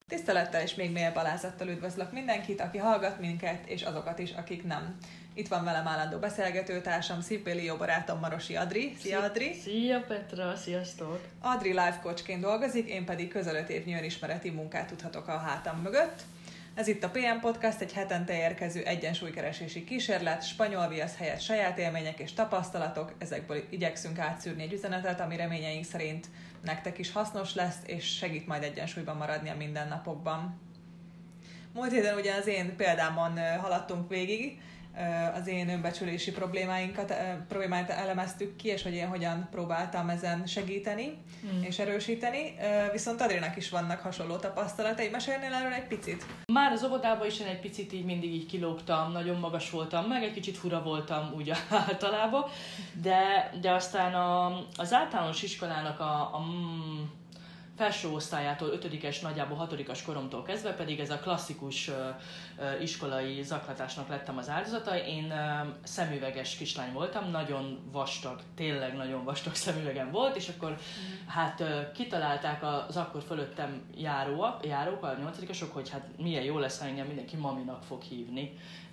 Tisztelettel és még mélyebb alázattal üdvözlök mindenkit, aki hallgat minket, és azokat is, akik nem. Itt van velem állandó beszélgetőtársam, szívbéli jó barátom Marosi Adri. Szia Adri! Szia Petra, sziasztok! Adri life coachként dolgozik, én pedig közel 5 évnyi önismereti munkát tudhatok a hátam mögött. Ez itt a PM Podcast, egy hetente érkező egyensúlykeresési kísérlet, spanyol viasz helyett saját élmények és tapasztalatok, ezekből igyekszünk átszűrni egy üzenetet, ami reményeink szerint nektek is hasznos lesz, és segít majd egyensúlyban maradni a mindennapokban. Múlt héten ugye az én példámon haladtunk végig, az én önbecsülési problémáit elemeztük ki, és hogy én hogyan próbáltam ezen segíteni és erősíteni. Viszont Adrinak is vannak hasonló tapasztalatai. Mesélnél erről egy picit? Már az óvodában is én egy picit így mindig így kilógtam, nagyon magas voltam, meg egy kicsit fura voltam úgy általában, de aztán az általános iskolának a felső osztályától, 5-es, nagyjából 6-as koromtól kezdve pedig ez a klasszikus iskolai zaklatásnak lettem az áldozata. Én szemüveges kislány voltam, nagyon vastag, tényleg nagyon vastag szemüvegem volt, és akkor kitalálták az akkor fölöttem járók, a 8-asok, hogy hát milyen jó lesz, ha engem mindenki maminak fog hívni.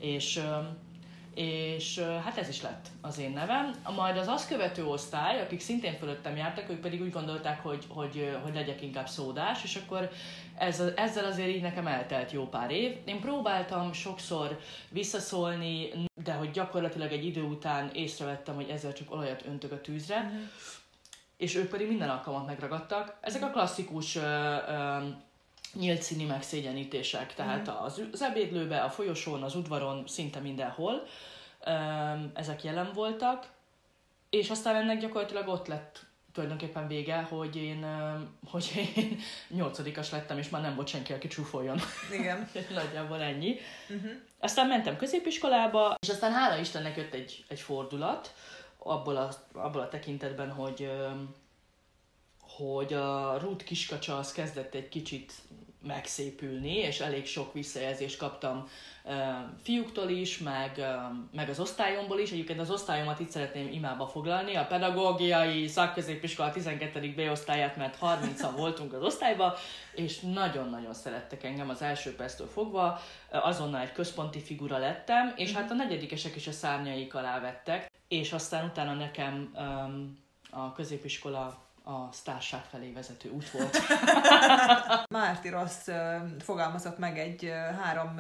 És hát ez is lett az én nevem. Majd az azt követő osztály, akik szintén fölöttem jártak, ők pedig úgy gondolták, hogy legyek inkább szódás, és akkor ezzel azért így nekem eltelt jó pár év. Én próbáltam sokszor visszaszólni, de hogy gyakorlatilag egy idő után észrevettem, hogy ezzel csak olajat öntök a tűzre, és ők pedig minden alkalmat megragadtak. Ezek a klasszikus nyílt színi megszégyenítések, tehát az ebédlőbe, a folyosón, az udvaron, szinte mindenhol ezek jelen voltak, és aztán ennek gyakorlatilag ott lett tulajdonképpen vége, hogy én 8-as lettem, és már nem volt senki, aki csúfoljon. Igen. Nagyjából ennyi. Aztán mentem középiskolába, és aztán hála Istennek jött egy fordulat, abból a tekintetben, hogy a Ruth kiskacsa az kezdett egy kicsit megszépülni, és elég sok visszajelzést kaptam fiúktól is, meg az osztályomból is. Egyébként az osztályomat itt szeretném imába foglalni, a pedagógiai szakközépiskola 12. B-osztályát, mert 30-an voltunk az osztályban, és nagyon-nagyon szerettek engem az első perctől fogva, azonnal egy központi figura lettem, és hát a negyedikesek is a szárnyaik alá vettek, és aztán utána nekem a középiskola a sztárság felé vezető út volt. Márti Rossz fogalmazott meg egy 3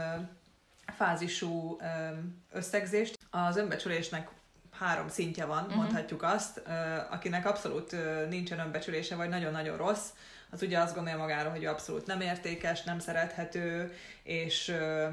fázisú összegzést. Az önbecsülésnek 3 szintje van, mondhatjuk azt. Akinek abszolút nincsen önbecsülése, vagy nagyon-nagyon rossz, az ugye azt gondolja magáról, hogy abszolút nem értékes, nem szerethető, és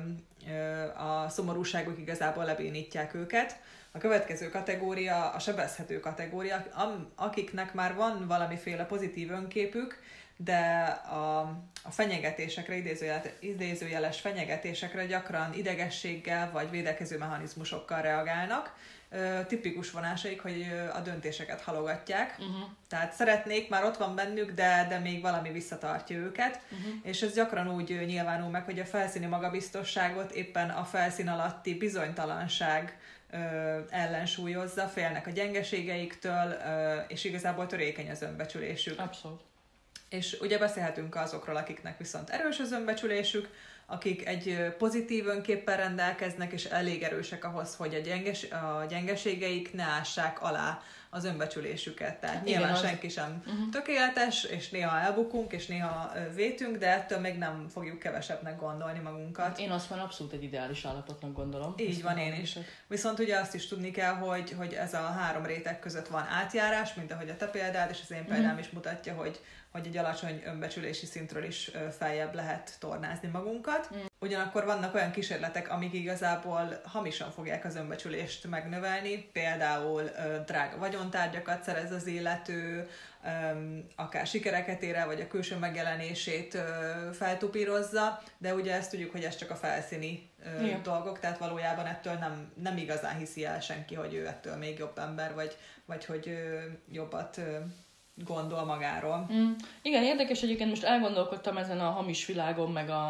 a szomorúságok igazából lebénítják őket. A következő kategória a sebezhető kategória, akiknek már van valamiféle pozitív önképük, de a fenyegetésekre, idézőjeles fenyegetésekre gyakran idegességgel vagy védekező mechanizmusokkal reagálnak. Tipikus vonásaik, hogy a döntéseket halogatják. Tehát szeretnék, már ott van bennük, de még valami visszatartja őket. És ez gyakran úgy nyilvánul meg, hogy a felszíni magabiztosságot éppen a felszín alatti bizonytalanság ellensúlyozza, félnek a gyengeségeiktől, és igazából törékeny az önbecsülésük. Abszolút. És ugye beszélhetünk azokról, akiknek viszont erős az önbecsülésük, akik egy pozitív önképpel rendelkeznek, és elég erősek ahhoz, hogy a gyengeségeik ne ássák alá az önbecsülésüket. Tehát nyilván senki sem tökéletes, és néha elbukunk, és néha vétünk, de ettől még nem fogjuk kevesebbnek gondolni magunkat. Én azt már abszolút egy ideális állapotnak gondolom. Így van, én is. Viszont ugye azt is tudni kell, hogy ez a 3 réteg között van átjárás, mint ahogy a te példád, és az én példám is mutatja, hogy egy alacsony önbecsülési szintről is feljebb lehet tornázni magunkat. Ugyanakkor vannak olyan kísérletek, amik igazából hamisan fogják az önbecsülést megnövelni, például drága vagyontárgyakat szerez az illető, akár sikereket ér el, vagy a külső megjelenését feltupírozza, de ugye ezt tudjuk, hogy ez csak a felszíni dolgok, tehát valójában ettől nem igazán hiszi el senki, hogy ő ettől még jobb ember, vagy hogy jobbat gondol magáról. Igen, érdekes egyébként, most elgondolkodtam ezen a hamis világon,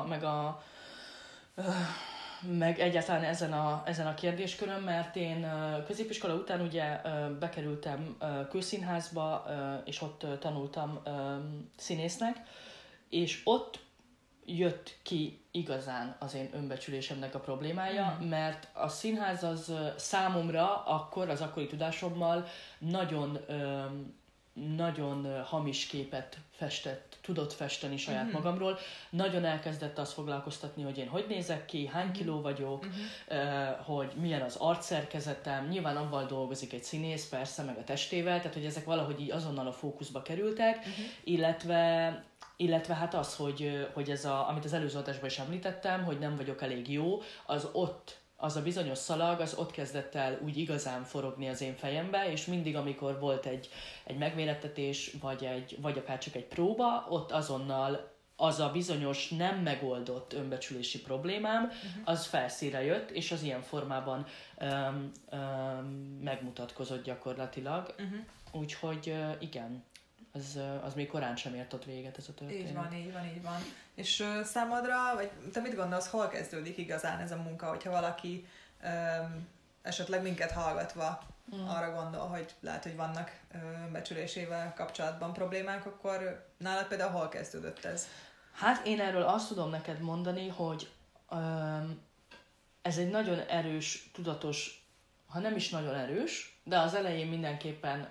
meg egyáltalán ezen a kérdéskörön, mert én középiskola után ugye bekerültem külszínházba, és ott tanultam színésznek, és ott jött ki igazán az én önbecsülésemnek a problémája, mert a színház az számomra akkor, az akkori tudásommal nagyon hamis képet tudott festeni saját magamról. Nagyon elkezdett azt foglalkoztatni, hogy én hogy nézek ki, hány kiló vagyok, hogy milyen az arcszerkezetem. Nyilván abban dolgozik egy színész, persze, meg a testével, tehát hogy ezek valahogy így azonnal a fókuszba kerültek, illetve hát az, hogy ez amit az előző adásban is említettem, hogy nem vagyok elég jó, az a bizonyos szalag, az ott kezdett el úgy igazán forogni az én fejembe, és mindig, amikor volt egy megmérettetés, vagy akár csak egy próba, ott azonnal az a bizonyos nem megoldott önbecsülési problémám, az felszínre jött, és az ilyen formában megmutatkozott gyakorlatilag. Úgyhogy igen, az még korán sem ért ott véget ez a történet. Így van. És számodra, vagy te mit gondolsz, hol kezdődik igazán ez a munka, hogyha valaki esetleg minket hallgatva arra gondol, hogy lehet, hogy vannak önbecsülésével kapcsolatban problémák, akkor nálad például hol kezdődött ez? Hát én erről azt tudom neked mondani, hogy ez egy nagyon erős, tudatos, ha nem is nagyon erős, de az elején mindenképpen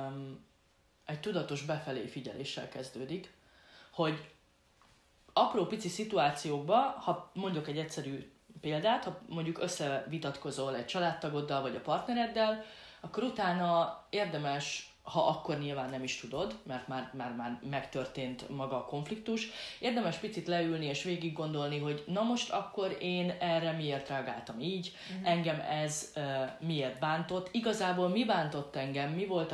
egy tudatos befelé figyeléssel kezdődik, hogy apró pici szituációkban, ha mondjuk egy egyszerű példát, ha mondjuk összevitatkozol egy családtagoddal vagy a partnereddel, akkor utána érdemes, ha akkor nyilván nem is tudod, mert már megtörtént maga a konfliktus, érdemes picit leülni és végig gondolni, hogy na most akkor én erre miért reagáltam így, engem ez miért bántott, igazából mi bántott engem, mi volt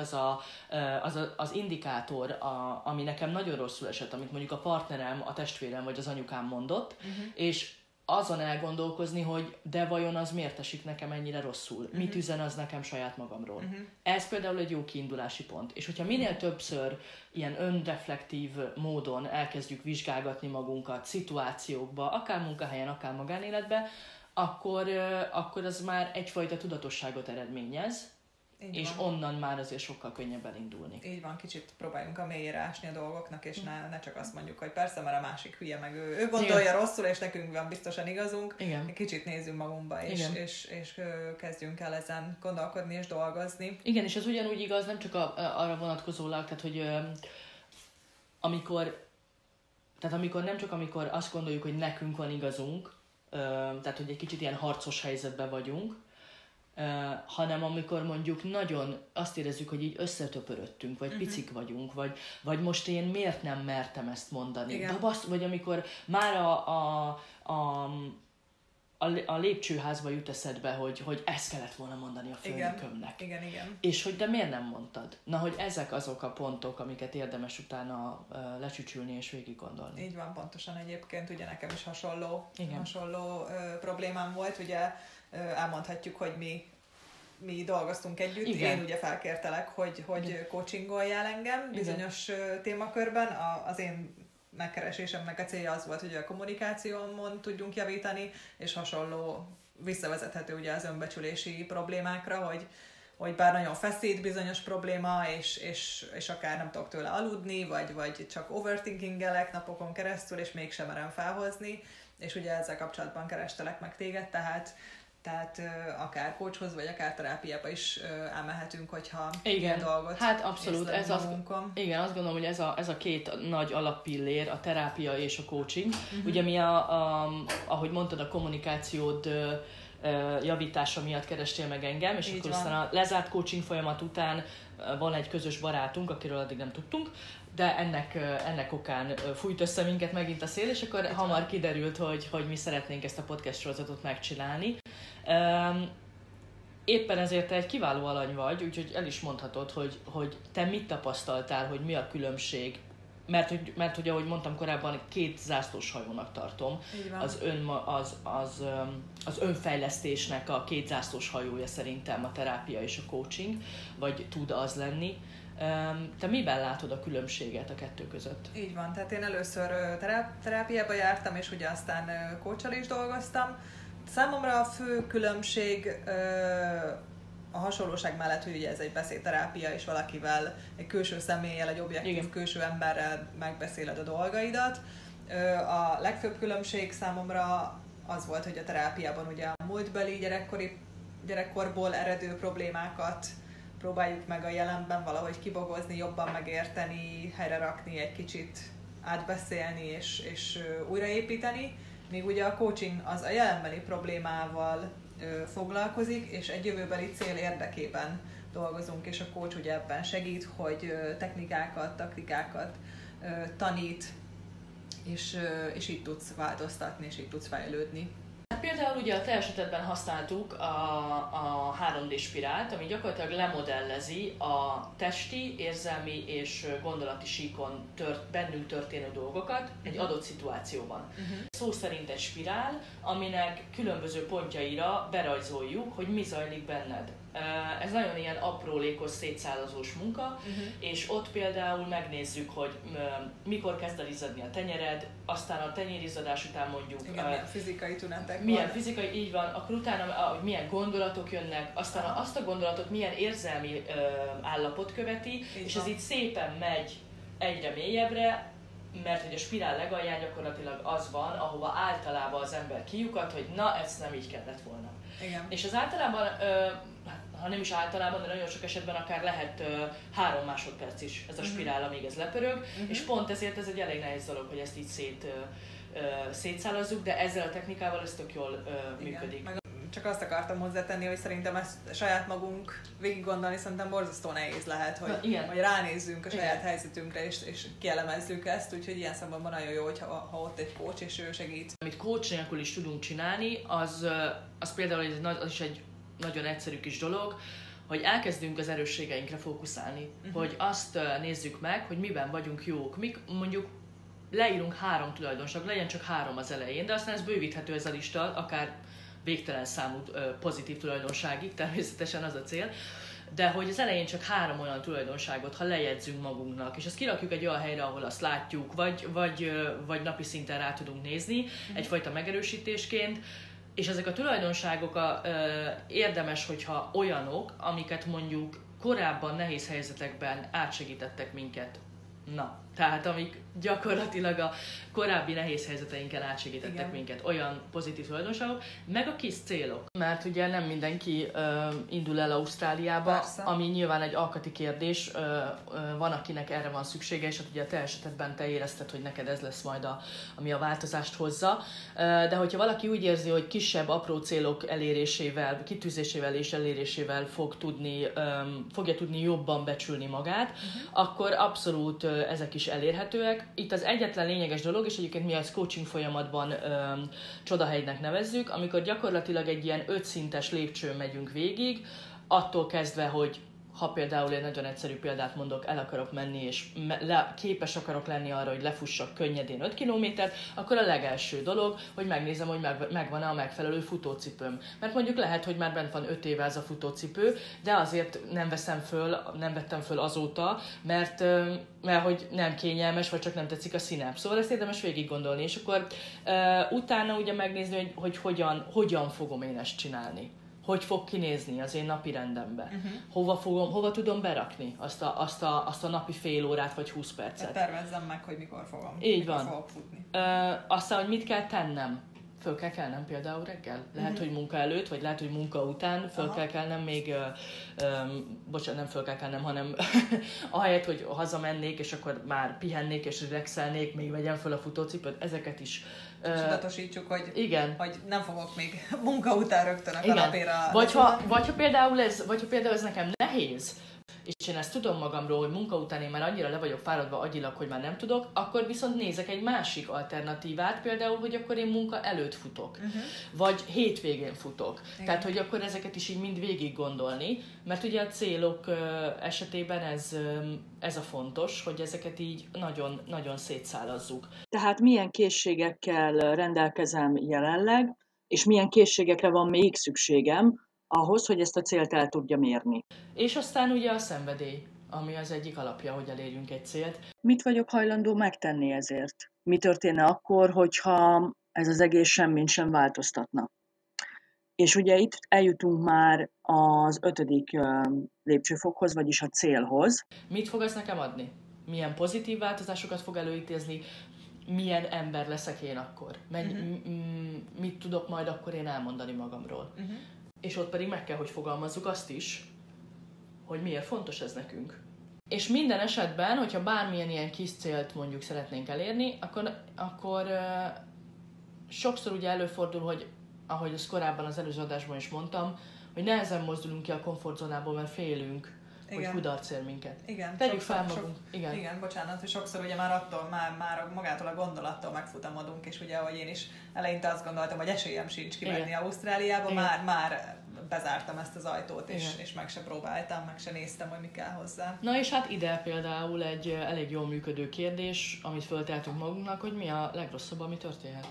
az indikátor, ami nekem nagyon rosszul esett, amit mondjuk a partnerem, a testvérem vagy az anyukám mondott, és azon elgondolkozni, hogy de vajon az miért esik nekem ennyire rosszul? Mit üzen az nekem saját magamról? Ez például egy jó kiindulási pont. És hogyha minél többször ilyen önreflektív módon elkezdjük vizsgálgatni magunkat szituációkba, akár munkahelyen, akár magánéletben, akkor az már egyfajta tudatosságot eredményez, és onnan már azért sokkal könnyebb elindulni. Így van, kicsit próbáljunk a mélyére ásni a dolgoknak, és ne csak azt mondjuk, hogy persze, mert a másik hülye, meg ő gondolja rosszul, és nekünk van biztosan igazunk. Igen. Kicsit nézzünk magunkba, és kezdjünk el ezen gondolkodni és dolgozni. Igen, és ez ugyanúgy igaz, nem csak arra vonatkozólag, tehát hogy amikor nem csak amikor azt gondoljuk, hogy nekünk van igazunk, tehát hogy egy kicsit ilyen harcos helyzetben vagyunk, hanem amikor mondjuk nagyon azt érezzük, hogy így összetöpörödtünk, vagy picik vagyunk, vagy most én miért nem mertem ezt mondani. Vagy amikor már a lépcsőházba jut eszedbe, hogy ezt kellett volna mondani a főnökömnek. Igen. És hogy de miért nem mondtad? Na, hogy ezek azok a pontok, amiket érdemes utána lecsücsülni és végig gondolni. Így van, pontosan egyébként, ugye nekem is hasonló problémám volt, ugye elmondhatjuk, hogy mi dolgoztunk együtt. Igen. Én ugye felkértelek, hogy coachingoljál engem bizonyos témakörben. Az én megkeresésemnek a célja az volt, hogy a kommunikációmon tudjunk javítani, és hasonló visszavezethető ugye az önbecsülési problémákra, hogy bár nagyon feszít bizonyos probléma, és akár nem tudok tőle aludni, vagy csak overthinkingelek napokon keresztül, és mégsem merem felhozni, és ugye ezzel kapcsolatban kerestelek meg téged, tehát akár coachhoz, vagy akár terápiába is elmehetünk, hogyha ilyen dolgot. Hát abszolút, igen, azt gondolom, hogy ez a két nagy alappillér, a terápia és a coaching. Ugye mi ahogy mondtad, a kommunikációd javítása miatt kerestél meg engem, és akkor aztán a lezárt coaching folyamat után van egy közös barátunk, akiről addig nem tudtunk, de ennek okán fújt össze minket megint a szél, és akkor hamar kiderült, hogy mi szeretnénk ezt a podcast sorozatot megcsinálni. Éppen ezért te egy kiváló alany vagy, úgyhogy el is mondhatod, hogy te mit tapasztaltál, hogy mi a különbség, mert hogy ahogy mondtam korábban, két zászlós hajónak tartom. Az önfejlesztésnek a két zászlós hajója szerintem a terápia és a coaching, vagy tud az lenni. Te miben látod a különbséget a kettő között? Így van, tehát én először terápiába jártam, és ugye aztán coachal is dolgoztam. Számomra a fő különbség a hasonlóság mellett, hogy ugye ez egy beszédterápia, és valakivel, egy külső személlyel, egy objektív külső emberrel megbeszéled a dolgaidat. A legfőbb különbség számomra az volt, hogy a terápiában ugye a múltbeli gyerekkorból eredő problémákat próbáljuk meg a jelenben valahogy kibogozni, jobban megérteni, helyre rakni, egy kicsit átbeszélni és újraépíteni, míg ugye a coaching az a jelenbeli problémával foglalkozik, és egy jövőbeli cél érdekében dolgozunk, és a coach ugye ebben segít, hogy technikákat, taktikákat tanít, és így tudsz változtatni, és így tudsz fejlődni. Például ugye a te esetedben használtuk a 3D spirált, ami gyakorlatilag lemodellezi a testi, érzelmi és gondolati síkon bennünk történő dolgokat egy adott szituációban. Szó szerint egy spirál, aminek különböző pontjaira berajzoljuk, hogy mi zajlik benned. Ez nagyon ilyen aprólékos, szétszálazós munka, és ott például megnézzük, hogy mikor kezd el izzadni a tenyered, aztán a tenyérizzadás után mondjuk... Igen, milyen fizikai tünetek milyen fizikai, így van, akkor utána hogy milyen gondolatok jönnek, aztán azt a gondolatot milyen érzelmi állapot követi, így és van. Ez így szépen megy egyre mélyebbre, mert hogy a spirál legalján gyakorlatilag az van, ahova általában az ember kiukat, hogy na, ezt nem így kellett volna. Igen. És az általában, ha nem is általában, de nagyon sok esetben akár lehet 3 másodperc is ez a spirál, amíg ez lepörög, és pont ezért ez egy elég nehéz dolog, hogy ezt így szétszállazzuk, de ezzel a technikával ez tök jól működik. Csak azt akartam hozzátenni, hogy szerintem ezt saját magunk végig gondolni, szerintem borzasztó nehéz lehet, hogy ránézzünk a saját helyzetünkre, és kielemezzük ezt, úgyhogy ilyen szempontból nagyon jó, ha ott egy coach, és ő segít. Amit coach nélkül is tudunk csinálni, az például az is egy nagyon egyszerű kis dolog, hogy elkezdünk az erősségeinkre fókuszálni, hogy azt nézzük meg, hogy miben vagyunk jók. Mondjuk leírunk 3 tulajdonságot, legyen csak 3 az elején, de aztán ez bővíthető ez a lista, akár végtelen számú pozitív tulajdonságig, természetesen az a cél, de hogy az elején csak 3 olyan tulajdonságot, ha lejegyzünk magunknak, és azt kirakjuk egy olyan helyre, ahol azt látjuk, vagy napi szinten rá tudunk nézni, egyfajta megerősítésként, és ezek a tulajdonságok érdemes, hogyha olyanok, amiket mondjuk korábban nehéz helyzetekben átsegítettek minket. Na, tehát amik gyakorlatilag a korábbi nehéz helyzeteinken átsegítettek minket, olyan pozitív tulajdonságok, meg a kis célok. Mert ugye nem mindenki indul el Ausztráliába, persze, ami nyilván egy alkati kérdés, van akinek erre van szüksége, és hát ugye a te esetedben te érezted, hogy neked ez lesz majd ami a változást hozza. De hogyha valaki úgy érzi, hogy kisebb, apró célok elérésével, kitűzésével és elérésével fogja tudni jobban becsülni magát, akkor abszolút ezek is elérhetőek. Itt az egyetlen lényeges dolog, és egyébként mi az coaching folyamatban csodahegynek nevezzük, amikor gyakorlatilag egy ilyen 5 szintes lépcsőn megyünk végig, attól kezdve, hogy ha például egy nagyon egyszerű példát mondok, el akarok menni, és képes akarok lenni arra, hogy lefussak könnyedén 5 kilométert, akkor a legelső dolog, hogy megnézem, hogy megvan-e a megfelelő futócipőm. Mert mondjuk lehet, hogy már bent van 5 éve ez a futócipő, de azért nem vettem föl azóta, mert hogy nem kényelmes, vagy csak nem tetszik a színe. Szóval ezt érdemes végig gondolni, és akkor utána ugye megnézni, hogy hogyan fogom én ezt csinálni. Hogy fog kinézni az én napi rendembe? Hova tudom berakni azt a napi fél órát vagy 20 percet? Tervezzem meg, hogy mikor fogok futni. Aztán, hogy mit kell tennem? Föl kell kelnem például reggel. Lehet, hogy munka előtt, vagy lehet, hogy munka után föl kell kelnem még, bocsánat, nem föl kell kelnem, hanem ahelyett, hogy hazamennék, és akkor már pihennék, és relaxelnék, még vegyem föl a futócipőt, ezeket is. És tudatosítsuk, hogy nem fogok még munka után rögtön a kanapéra. Vagy ha például ez nekem nehéz, és én ezt tudom magamról, hogy munka után én már annyira le vagyok fáradva agyilag, hogy már nem tudok, akkor viszont nézek egy másik alternatívát, például, hogy akkor én munka előtt futok, vagy hétvégén futok. Igen. Tehát, hogy akkor ezeket is így mind végig gondolni, mert ugye a célok esetében ez a fontos, hogy ezeket így nagyon, nagyon szétszállazzuk. Tehát milyen készségekkel rendelkezem jelenleg, és milyen készségekre van még szükségem, ahhoz, hogy ezt a célt el tudja mérni. És aztán ugye a szenvedély, ami az egyik alapja, hogy elérjünk egy célt. Mit vagyok hajlandó megtenni ezért? Mi történne akkor, hogyha ez az egész semmin sem változtatna? És ugye itt eljutunk már az 5. lépcsőfokhoz, vagyis a célhoz. Mit fog ez nekem adni? Milyen pozitív változásokat fog előidézni? milyen ember leszek én akkor. Mit tudok majd akkor én elmondani magamról. És ott pedig meg kell, hogy fogalmazzuk azt is, hogy miért fontos ez nekünk. És minden esetben, hogyha bármilyen ilyen kis célt mondjuk szeretnénk elérni, akkor sokszor ugye előfordul, hogy ahogy azt korábban az előző adásban is mondtam, hogy nehezen mozdulunk ki a komfortzónából, mert félünk, hogy kudarc ér minket. Igen. Tegyük fel magunk. Igen, bocsánat, hogy sokszor ugye már attól, már magától a gondolattól megfutamodunk, és ugye, ahogy én is eleinte azt gondoltam, hogy esélyem sincs kimenni Ausztráliába, már bezártam ezt az ajtót, és meg se próbáltam, meg se néztem, hogy mi kell hozzá. Na és hát ide például egy elég jól működő kérdés, amit föltehetünk magunknak, hogy mi a legrosszabb, ami történhet.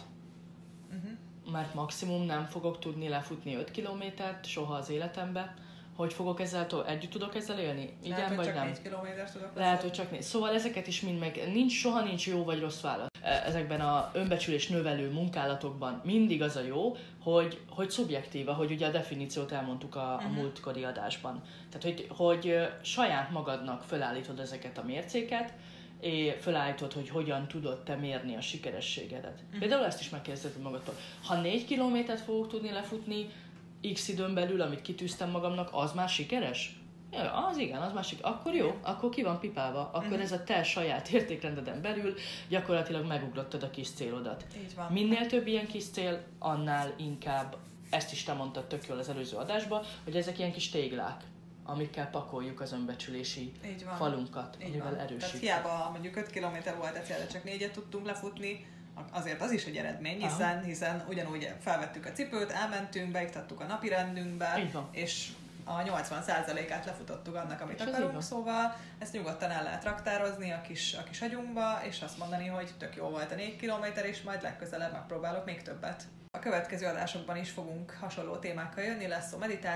Mert maximum nem fogok tudni lefutni 5 kilométert soha az életembe. Hogy fogok ezzel együtt tudok ezzel élni? Igen, lehet, vagy csak nem? 4 kilométert tudok. Lehet, hogy csak 4. Szóval ezeket is mind meg, soha nincs jó vagy rossz válasz. Ezekben a önbecsülés növelő munkálatokban mindig az a jó, hogy szubjektíva, hogy ugye a definíciót elmondtuk a múltkori adásban. Tehát, hogy saját magadnak fölállítod ezeket a mércéket, és fölállítod, hogy hogyan tudod te mérni a sikerességedet. Például ezt is megkérdezheted magadtól. Ha 4 kilométert fogok tudni lefutni X időn belül, amit kitűztem magamnak, az már sikeres? Ja, az igen, az már sikeres. Akkor jó, akkor ki van pipálva. Akkor ez a te saját értékrendeden belül gyakorlatilag megugrottad a kis célodat. Így van. Minél több ilyen kis cél, annál inkább, ezt is te mondtad tök jól az előző adásban, hogy ezek ilyen kis téglák, amikkel pakoljuk az önbecsülési falunkat, amivel erősítjük. Tehát hiába mondjuk 5 km volt a cél, de csak 4-et tudtunk lefutni, azért az is egy eredmény, hiszen ugyanúgy felvettük a cipőt, elmentünk, beiktattuk a napirendünkbe, és a 80%-át lefutottuk annak, amit akarunk, szóval ezt nyugodtan el lehet raktározni a kis agyunkba, és azt mondani, hogy tök jó volt a 4 kilométer, és majd legközelebb megpróbálok még többet. A következő adásokban is fogunk hasonló témákkal jönni, lesz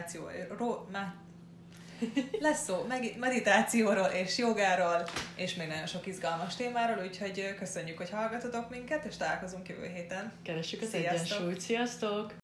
szó meditációról és jogáról, és még nagyon sok izgalmas témáról, úgyhogy köszönjük, hogy hallgatotok minket, és találkozunk jövő héten. Keressük az egyensúlyt. Sziasztok!